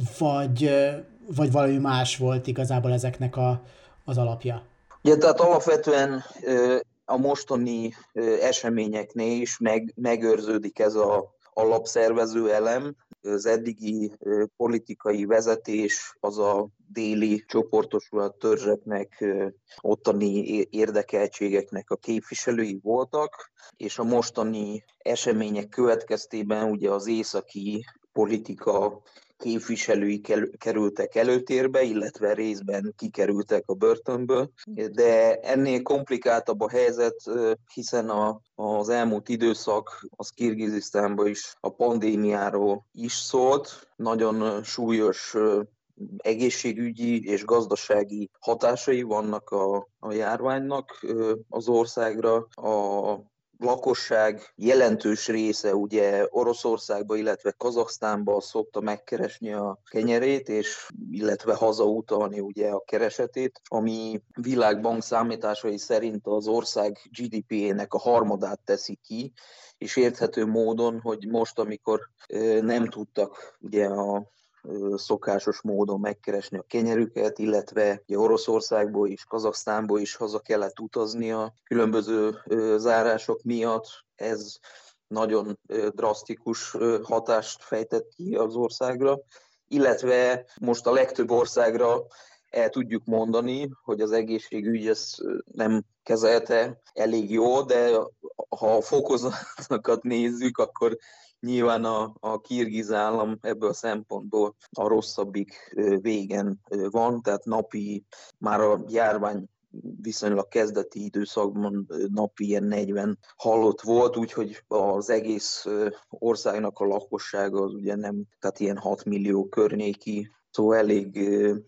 Speaker 1: vagy valami más volt igazából ezeknek az alapja?
Speaker 3: Ja, tehát alapvetően a mostani eseményeknél is megőrződik ez az alapszervező elem. Az eddigi politikai vezetés az a déli csoportosulat törzseknek, ottani érdekeltségeknek a képviselői voltak, és a mostani események következtében ugye az északi politika képviselői kerültek előtérbe, illetve részben kikerültek a börtönből, de ennél komplikáltabb a helyzet, hiszen az elmúlt időszak az Kirgizisztánban is a pandémiáról is szólt, nagyon súlyos egészségügyi és gazdasági hatásai vannak a járványnak az országra. A lakosság jelentős része ugye Oroszországba, illetve Kazahsztánba szokta megkeresni a kenyerét, és illetve hazautalni ugye a keresetét, ami Világbank számításai szerint az ország GDP-ének a harmadát teszi ki, és érthető módon, hogy most, amikor nem tudtak ugye a szokásos módon megkeresni a kenyerüket, illetve Oroszországból és Kazahsztánból is haza kellett utazni a különböző zárások miatt. Ez nagyon drasztikus hatást fejtett ki az országra, illetve most a legtöbb országra el tudjuk mondani, hogy az egészségügy ezt nem kezelte elég jó, de ha a fokozatokat nézzük, akkor nyilván a kirgiz állam ebből a szempontból a rosszabbik végen van, tehát napi, már a járvány viszonylag kezdeti időszakban napi ilyen 40 halott volt, úgyhogy az egész országnak a lakossága az ugye nem, tehát ilyen 6 millió környéki, szóval elég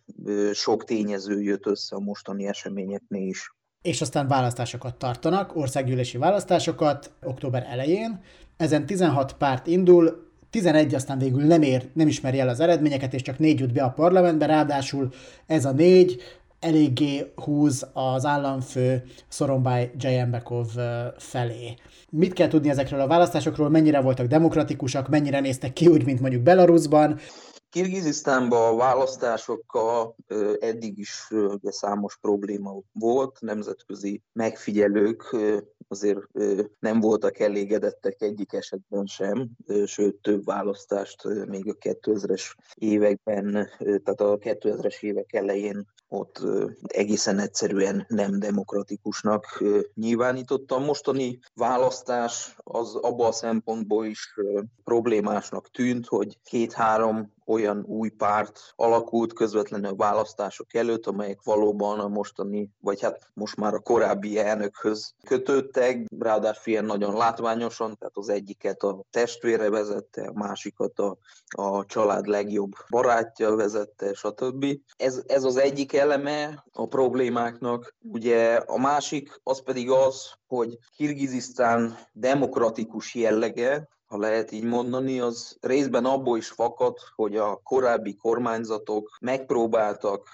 Speaker 3: sok tényező jött össze a mostani eseményeknél is.
Speaker 1: És aztán választásokat tartanak, országgyűlési választásokat október elején. Ezen 16 párt indul, 11 aztán végül nem ismeri el az eredményeket, és csak 4 jut be a parlamentbe, ráadásul ez a 4 eléggé húz az államfő Sooronbay Jeenbekov felé. Mit kell tudni ezekről a választásokról, mennyire voltak demokratikusak, mennyire néztek ki úgy, mint mondjuk Belarusban?
Speaker 3: Kirgizisztánban a választásokkal eddig is számos probléma volt, nemzetközi megfigyelők azért nem voltak elégedettek egyik esetben sem, sőt több választást még a 2000-es években, tehát a 2000-es évek elején ott egészen egyszerűen nem demokratikusnak nyilvánította. A mostani választás az abban a szempontból is problémásnak tűnt, hogy 2-3 olyan új párt alakult közvetlenül a választások előtt, amelyek valóban a mostani, vagy hát most már a korábbi elnökhöz kötődtek, ráadásul ilyen nagyon látványosan, tehát az egyiket a testvére vezette, a másikat a család legjobb barátja vezette, stb. Ez az egyik eleme a problémáknak. Ugye a másik az pedig az, hogy Kirgizisztán demokratikus jellege, ha lehet így mondani, az részben abból is fakad, hogy a korábbi kormányzatok megpróbáltak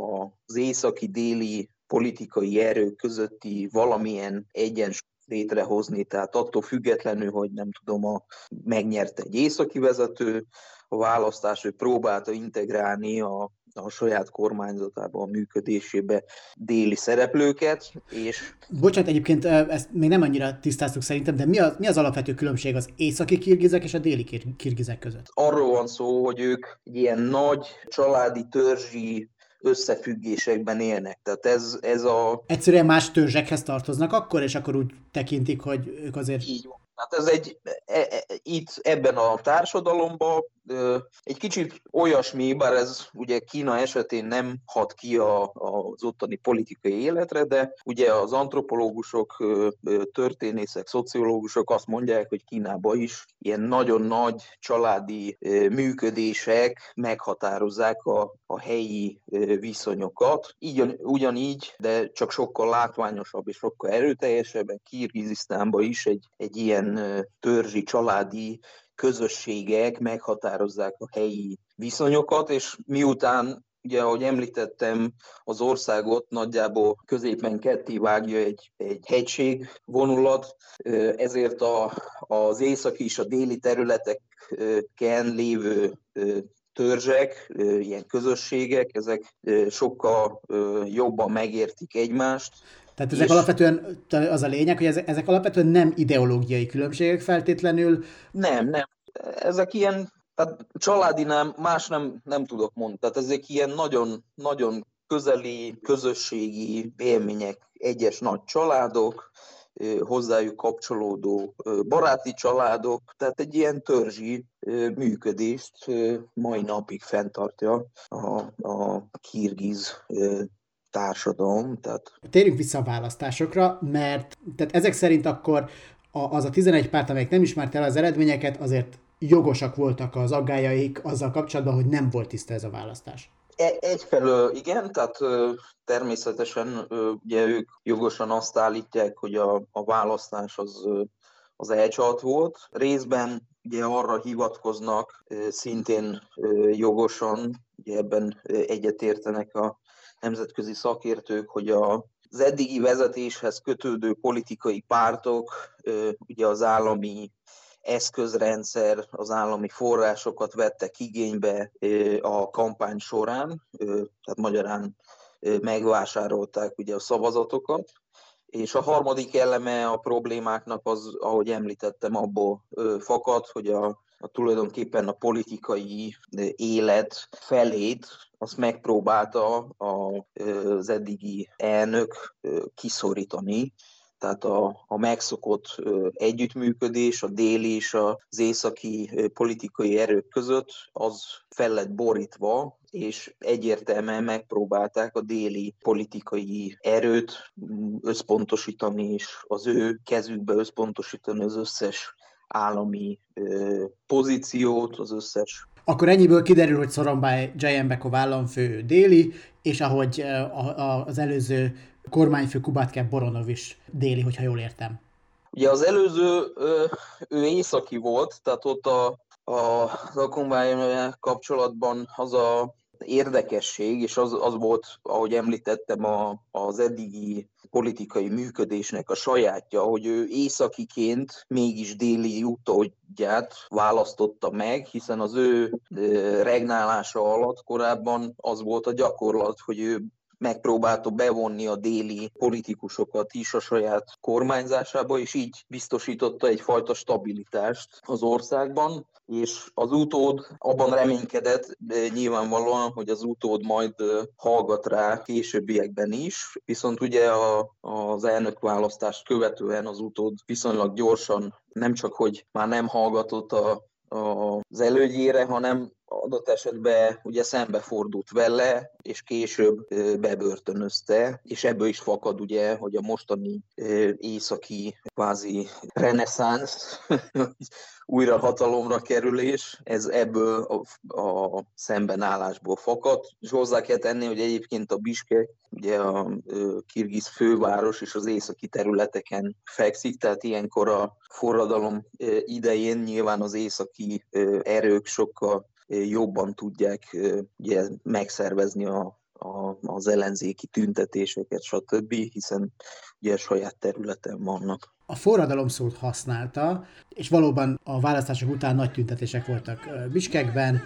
Speaker 3: az északi-déli politikai erők közötti valamilyen egyensúlyt létrehozni, tehát attól függetlenül, hogy nem tudom, megnyerte egy északi vezető a választás, ő próbálta integrálni a saját kormányzatába, a működésébe déli szereplőket, és...
Speaker 1: Bocsánat, egyébként ezt még nem annyira tisztáztuk szerintem, de mi az alapvető különbség az északi kirgizek és a déli kirgizek között?
Speaker 3: Arról van szó, hogy ők ilyen nagy családi, törzsi összefüggésekben élnek. Tehát ez a...
Speaker 1: Egyszerűen más törzsekhez tartoznak akkor, és akkor úgy tekintik, hogy ők azért...
Speaker 3: Így van. Hát ez itt ebben a társadalomban egy kicsit olyasmi, bár ez ugye Kína esetén nem hat ki az ottani politikai életre, de ugye az antropológusok, történészek, szociológusok azt mondják, hogy Kínában is ilyen nagyon nagy családi működések meghatározzák a helyi viszonyokat. Ugyanígy, de csak sokkal látványosabb és sokkal erőteljesebben Kirgizisztánban is egy ilyen törzsi, családi közösségek meghatározzák a helyi viszonyokat, és miután, ugye, ahogy említettem, az országot nagyjából középen ketté vágja egy hegységvonulat, ezért az északi és a déli területeken lévő törzsek, ilyen közösségek, ezek sokkal jobban megértik egymást.
Speaker 1: Tehát ezek alapvetően, az a lényeg, hogy ezek alapvetően nem ideológiai különbségek feltétlenül.
Speaker 3: Nem. Ezek ilyen, tehát családinál más nem tudok mondani. Tehát ezek ilyen nagyon, nagyon közeli, közösségi élmények, egyes nagy családok, hozzájuk kapcsolódó baráti családok, tehát egy ilyen törzsi működést mai napig fenntartja a kirgiz társadalom.
Speaker 1: Térjünk vissza a választásokra, mert tehát ezek szerint akkor az a 11 párt, amelyek nem ismerte el az eredményeket, azért jogosak voltak az aggályaik azzal kapcsolatban, hogy nem volt tiszta ez a választás.
Speaker 3: Egyfelől igen, tehát természetesen ugye ők jogosan azt állítják, hogy a választás az elcsalt volt. Részben ugye arra hivatkoznak szintén jogosan, ugye ebben egyetértenek a nemzetközi szakértők, hogy az eddigi vezetéshez kötődő politikai pártok ugye az állami eszközrendszer, az állami forrásokat vettek igénybe a kampány során, tehát magyarán megvásárolták ugye a szavazatokat, és a harmadik eleme a problémáknak az, ahogy említettem, abból fakad, hogy tulajdonképpen a politikai élet felét azt megpróbálta az eddigi elnök kiszorítani. Tehát a megszokott együttműködés a déli és az északi politikai erők között az fel lett borítva, és egyértelműen megpróbálták a déli politikai erőt összpontosítani, és az ő kezükbe összpontosítani az összes állami pozíciót, az összes.
Speaker 1: Akkor ennyiből kiderül, hogy Sooronbay Jeenbekov államfő déli, és ahogy az előző kormányfő Kubatkev Boronov is déli, hogyha jól értem.
Speaker 3: Ugye az előző, ő északi volt, tehát ott a Sooronbay kapcsolatban az a érdekesség, és az volt, ahogy említettem, az eddigi politikai működésnek a sajátja, hogy ő északiként mégis déli utódját választotta meg, hiszen az ő regnálása alatt korábban az volt a gyakorlat, hogy ő megpróbálta bevonni a déli politikusokat is a saját kormányzásába, és így biztosította egyfajta stabilitást az országban, és az utód abban reménykedett nyilvánvalóan, hogy az utód majd hallgat rá későbbiekben is, viszont ugye az elnökválasztást követően az utód viszonylag gyorsan nem csak, hogy már nem hallgatott az elődjére, hanem adott esetben ugye szembefordult vele, és később bebörtönözte, és ebből is fakad ugye, hogy a mostani északi kvázi reneszánsz, újra hatalomra kerülés, ez ebből a szembenállásból fakad. És hozzá kell tenni, hogy egyébként a Biskek, ugye a kirgiz főváros és az északi területeken fekszik, tehát ilyenkor a forradalom idején nyilván az északi erők sokkal jobban tudják ugye, megszervezni az ellenzéki tüntetéseket, stb., hiszen ugye saját területen vannak.
Speaker 1: A forradalom szót használta, és valóban a választások után nagy tüntetések voltak Biskekben.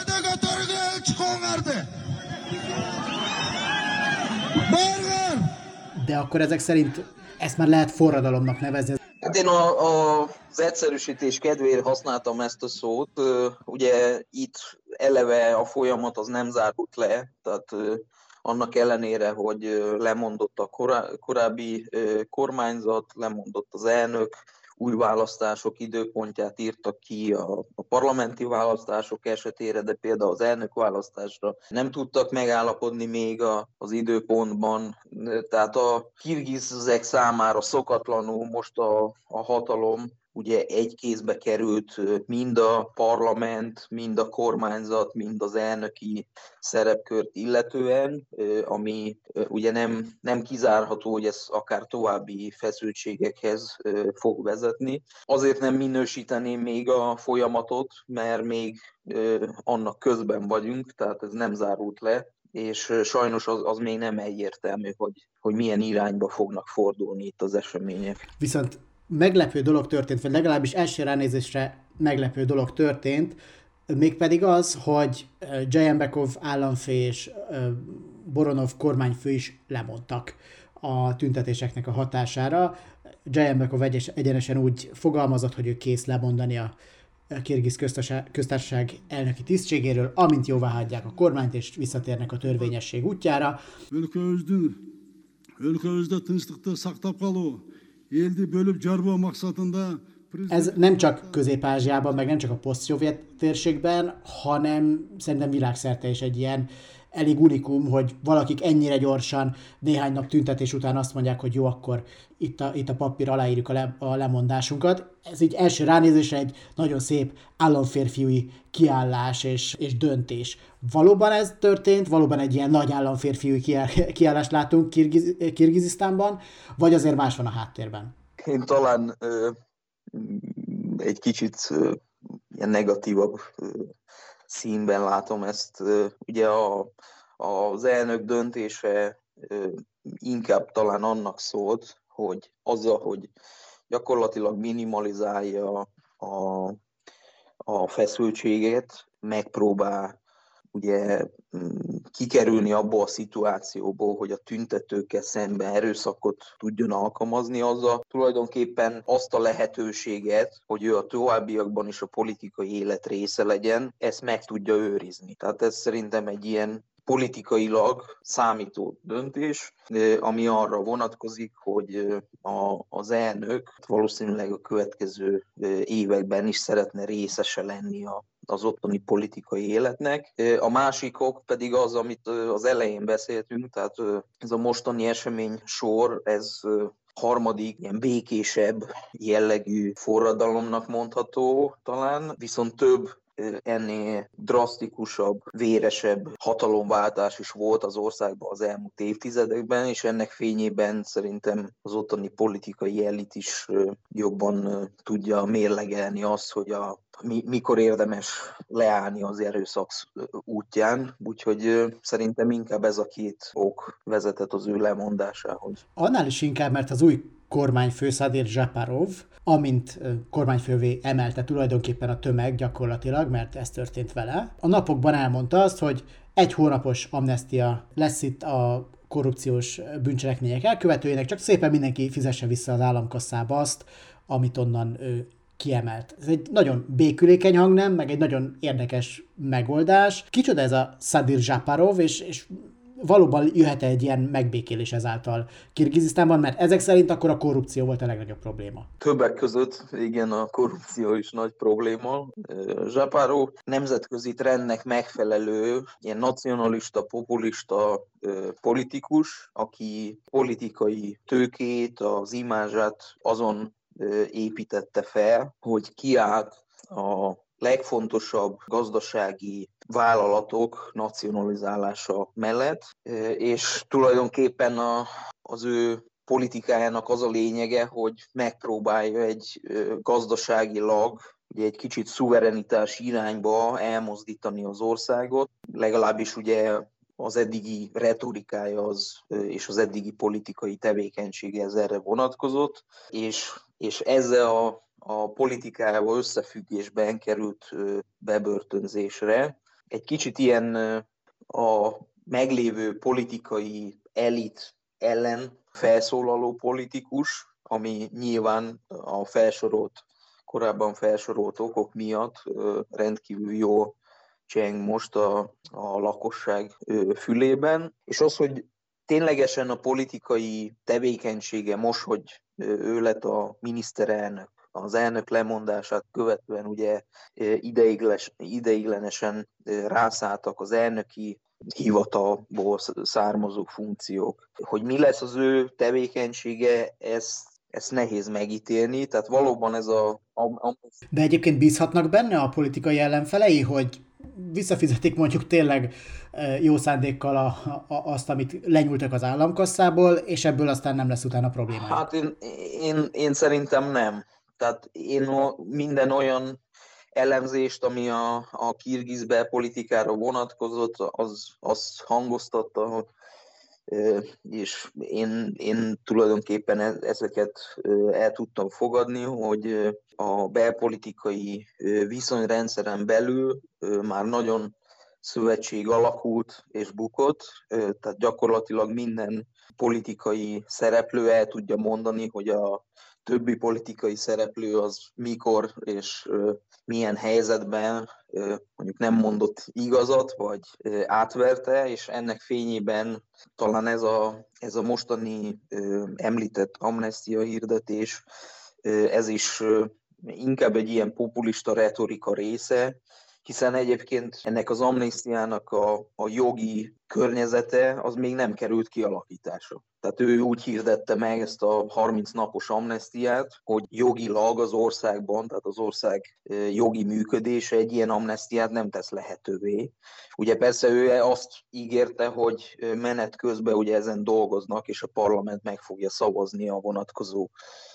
Speaker 1: De akkor ezek szerint ezt már lehet forradalomnak nevezni.
Speaker 3: Hát én az egyszerűsítés kedvéért használtam ezt a szót. Ugye itt eleve a folyamat az nem zárult le, tehát annak ellenére, hogy lemondott a korábbi kormányzat, lemondott az elnök, új választások időpontját írtak ki a parlamenti választások esetére, de például az elnökválasztásra nem tudtak megállapodni még az időpontban. Tehát a kirgizek számára szokatlanul most a hatalom ugye egy kézbe került mind a parlament, mind a kormányzat, mind az elnöki szerepkört illetően, ami ugye nem kizárható, hogy ez akár további feszültségekhez fog vezetni. Azért nem minősíteném még a folyamatot, mert még annak közben vagyunk, tehát ez nem zárult le, és sajnos az még nem egyértelmű, hogy milyen irányba fognak fordulni itt az események.
Speaker 1: Viszont meglepő dolog történt, vagy legalábbis első ránézésre meglepő dolog történt, mégpedig az, hogy Jeenbekov államfő és Boronov kormányfő is lemondtak a tüntetéseknek a hatására. Jeenbekov egyenesen úgy fogalmazott, hogy ő kész lemondani a Kirgiz köztársaság elnöki tisztségéről, amint jóváhagyják a kormányt és visszatérnek a törvényesség útjára. Ez nem csak Közép-Ázsiában, meg nem csak a poszt-szovjet térségben, hanem szerintem világszerte is egy ilyen elég unikum, hogy valakik ennyire gyorsan néhány nap tüntetés után azt mondják, hogy jó, akkor itt a papír, aláírjuk a lemondásunkat. Ez így első ránézésre egy nagyon szép államférfiúi kiállás és döntés. Valóban ez történt? Valóban egy ilyen nagy államférfiúi kiállást látunk Kirgizisztánban? Vagy azért más van a háttérben?
Speaker 3: Én talán egy kicsit ilyen negatívabb színben látom ezt. Ugye az elnök döntése inkább talán annak szólt, hogy azzal, hogy gyakorlatilag minimalizálja a feszültséget, megpróbál ugye kikerülni abból a szituációból, hogy a tüntetőkkel szemben erőszakot tudjon alkalmazni, azzal tulajdonképpen azt a lehetőséget, hogy ő a továbbiakban is a politikai élet része legyen, ezt meg tudja őrizni. Tehát ez szerintem egy ilyen politikailag számító döntés, ami arra vonatkozik, hogy az elnök valószínűleg a következő években is szeretne részese lenni az ottani politikai életnek. A másikok pedig az, amit az elején beszéltünk, tehát ez a mostani esemény sor, ez harmadik, ilyen békésebb jellegű forradalomnak mondható talán, viszont több ennél drasztikusabb, véresebb hatalomváltás is volt az országban az elmúlt évtizedekben, és ennek fényében szerintem az ottani politikai elit is jobban tudja mérlegelni azt, hogy mikor érdemes leállni az erőszak útján, úgyhogy szerintem inkább ez a két ok vezetett az ő lemondásához.
Speaker 1: Annál is inkább, mert az új kormányfő Sadir Japarov, amint kormányfővé emelte tulajdonképpen a tömeg gyakorlatilag, mert ez történt vele, a napokban elmondta azt, hogy 1 hónapos amnestia lesz itt a korrupciós bűncselekmények elkövetőjének, csak szépen mindenki fizesse vissza az államkasszába azt, amit onnan kiemelt. Ez egy nagyon békülékeny hangnem, meg egy nagyon érdekes megoldás. Kicsoda ez a Sadir Japarov, és valóban jöhet egy ilyen megbékélés ezáltal Kirgizisztánban, mert ezek szerint akkor a korrupció volt a legnagyobb probléma.
Speaker 3: Többek között, igen, a korrupció is nagy probléma. Japarov nemzetközi trendnek megfelelő, ilyen nacionalista, populista politikus, aki politikai tőkét, az imázsát azon építette fel, hogy kiállt a legfontosabb gazdasági vállalatok nacionalizálása mellett, és tulajdonképpen az ő politikájának az a lényege, hogy megpróbálja egy gazdaságilag ugye egy kicsit szuverenitás irányba elmozdítani az országot, legalábbis ugye az eddigi retorikája és az eddigi politikai tevékenysége ez erre vonatkozott, és ezzel a politikájával összefüggésben került bebörtönzésre. Egy kicsit ilyen a meglévő politikai elit ellen felszólaló politikus, ami nyilván a korábban felsorolt okok miatt rendkívül jól cseng most a lakosság fülében. És az, hogy ténylegesen a politikai tevékenysége most, hogy ő lett a miniszterelnök, az elnök lemondását követően ugye ideiglenesen rászálltak az elnöki hivatalból származó funkciók. Hogy mi lesz az ő tevékenysége, ezt nehéz megítélni, tehát valóban ez
Speaker 1: De egyébként bízhatnak benne a politikai ellenfelei, hogy visszafizetik mondjuk tényleg jó szándékkal azt, amit lenyúltak az államkasszából, és ebből aztán nem lesz utána probléma.
Speaker 3: Hát én szerintem nem. Tehát én minden olyan elemzést, ami a kirgiz belpolitikára vonatkozott, az hangoztatta, és én tulajdonképpen ezeket el tudtam fogadni, hogy a belpolitikai viszonyrendszeren belül már nagyon szövetség alakult és bukott, tehát gyakorlatilag minden politikai szereplő el tudja mondani, hogy a többi politikai szereplő az mikor és milyen helyzetben mondjuk nem mondott igazat, vagy átverte, és ennek fényében talán ez a mostani említett amnestia hirdetés, ez is inkább egy ilyen populista retorika része, hiszen egyébként ennek az amnesztiának a jogi környezete az még nem került kialakításra. Tehát ő úgy hirdette meg ezt a 30 napos amnesztiát, hogy jogilag az országban, tehát az ország jogi működése egy ilyen amnesztiát nem tesz lehetővé. Ugye persze ő azt ígérte, hogy menet közben ugye ezen dolgoznak, és a parlament meg fogja szavazni a vonatkozó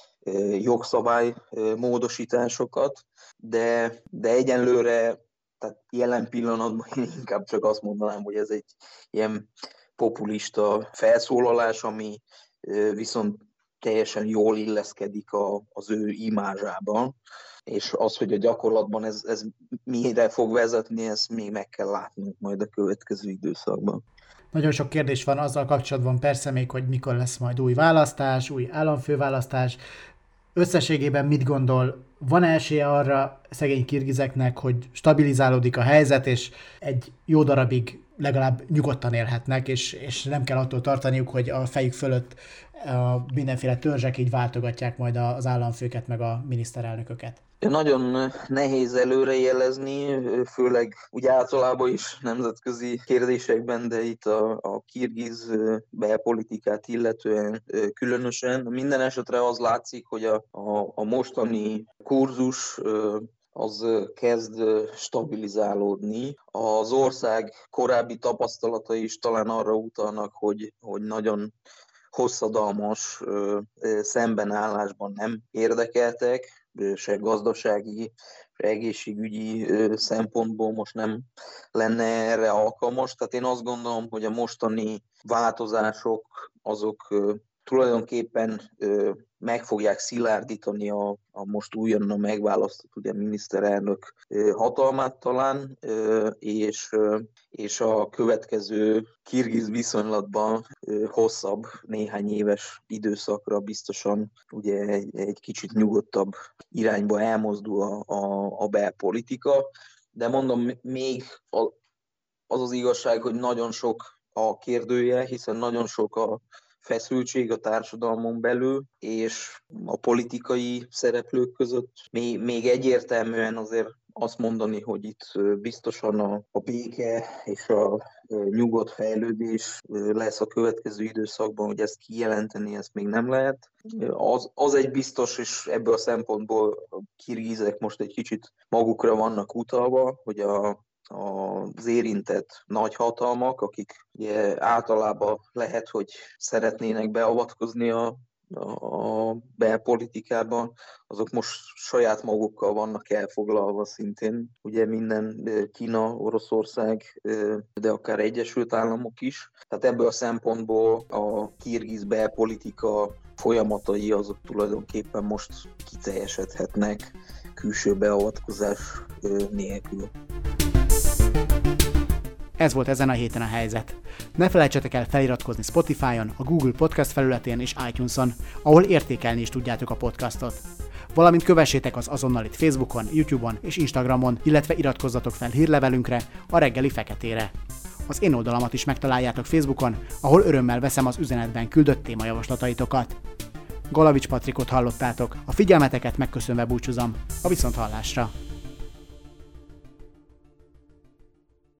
Speaker 3: jogszabály módosításokat, de egyenlőre, tehát jelen pillanatban én inkább csak azt mondanám, hogy ez egy ilyen populista felszólalás, ami viszont teljesen jól illeszkedik az ő imázsában, és az, hogy a gyakorlatban ez mire fog vezetni, ezt még meg kell látnunk majd a következő időszakban.
Speaker 1: Nagyon sok kérdés van azzal kapcsolatban persze még, hogy mikor lesz majd új választás, új államfőválasztás. Összességében mit gondol, van esélye arra szegény kirgizeknek, hogy stabilizálódik a helyzet, és egy jó darabig legalább nyugodtan élhetnek, és nem kell attól tartaniuk, hogy a fejük fölött a mindenféle törzsek így váltogatják majd az államfőket, meg a miniszterelnököket?
Speaker 3: Nagyon nehéz előrejelezni, főleg úgy általában is nemzetközi kérdésekben, de itt a kirgiz belpolitikát illetően különösen. Minden esetre az látszik, hogy a mostani kurzus az kezd stabilizálódni. Az ország korábbi tapasztalatai is talán arra utalnak, hogy nagyon hosszadalmas szembenállásban nem érdekeltek, se gazdasági, se egészségügyi szempontból most nem lenne erre alkalmas. Tehát én azt gondolom, hogy a mostani változások azok tulajdonképpen meg fogják szilárdítani a most újonnan megválasztott ugye, miniszterelnök hatalmát talán, és a következő kirgiz viszonylatban hosszabb, néhány éves időszakra biztosan ugye egy kicsit nyugodtabb irányba elmozdul a belpolitika. De mondom, még az igazság, hogy nagyon sok a kérdője, hiszen nagyon sok a feszültség a társadalmon belül, és a politikai szereplők között még egyértelműen azért azt mondani, hogy itt biztosan a béke és a nyugodt fejlődés lesz a következő időszakban, hogy ezt kijelenteni, ezt még nem lehet. Az egy biztos, és ebből a szempontból a kirgizek most egy kicsit magukra vannak utalva, hogy az érintett nagyhatalmak, akik ugye általában lehet, hogy szeretnének beavatkozni a belpolitikában, azok most saját magukkal vannak elfoglalva szintén. Ugye minden Kína, Oroszország, de akár Egyesült Államok is. Tehát ebből a szempontból a kirgiz belpolitika folyamatai azok tulajdonképpen most kiteljesedhetnek külső beavatkozás nélkül.
Speaker 1: Ez volt ezen a héten a helyzet. Ne felejtsetek el feliratkozni Spotify-on, a Google Podcast felületén és iTunes-on, ahol értékelni is tudjátok a podcastot. Valamint kövessétek az Azonnalit Facebookon, YouTube-on és Instagramon, illetve iratkozzatok fel hírlevelünkre, a Reggeli Feketére. Az én oldalamat is megtaláljátok Facebookon, ahol örömmel veszem az üzenetben küldött témajavaslataitokat. Galavics Patrikot hallottátok, a figyelmeteket megköszönve búcsúzom, a viszonthallásra!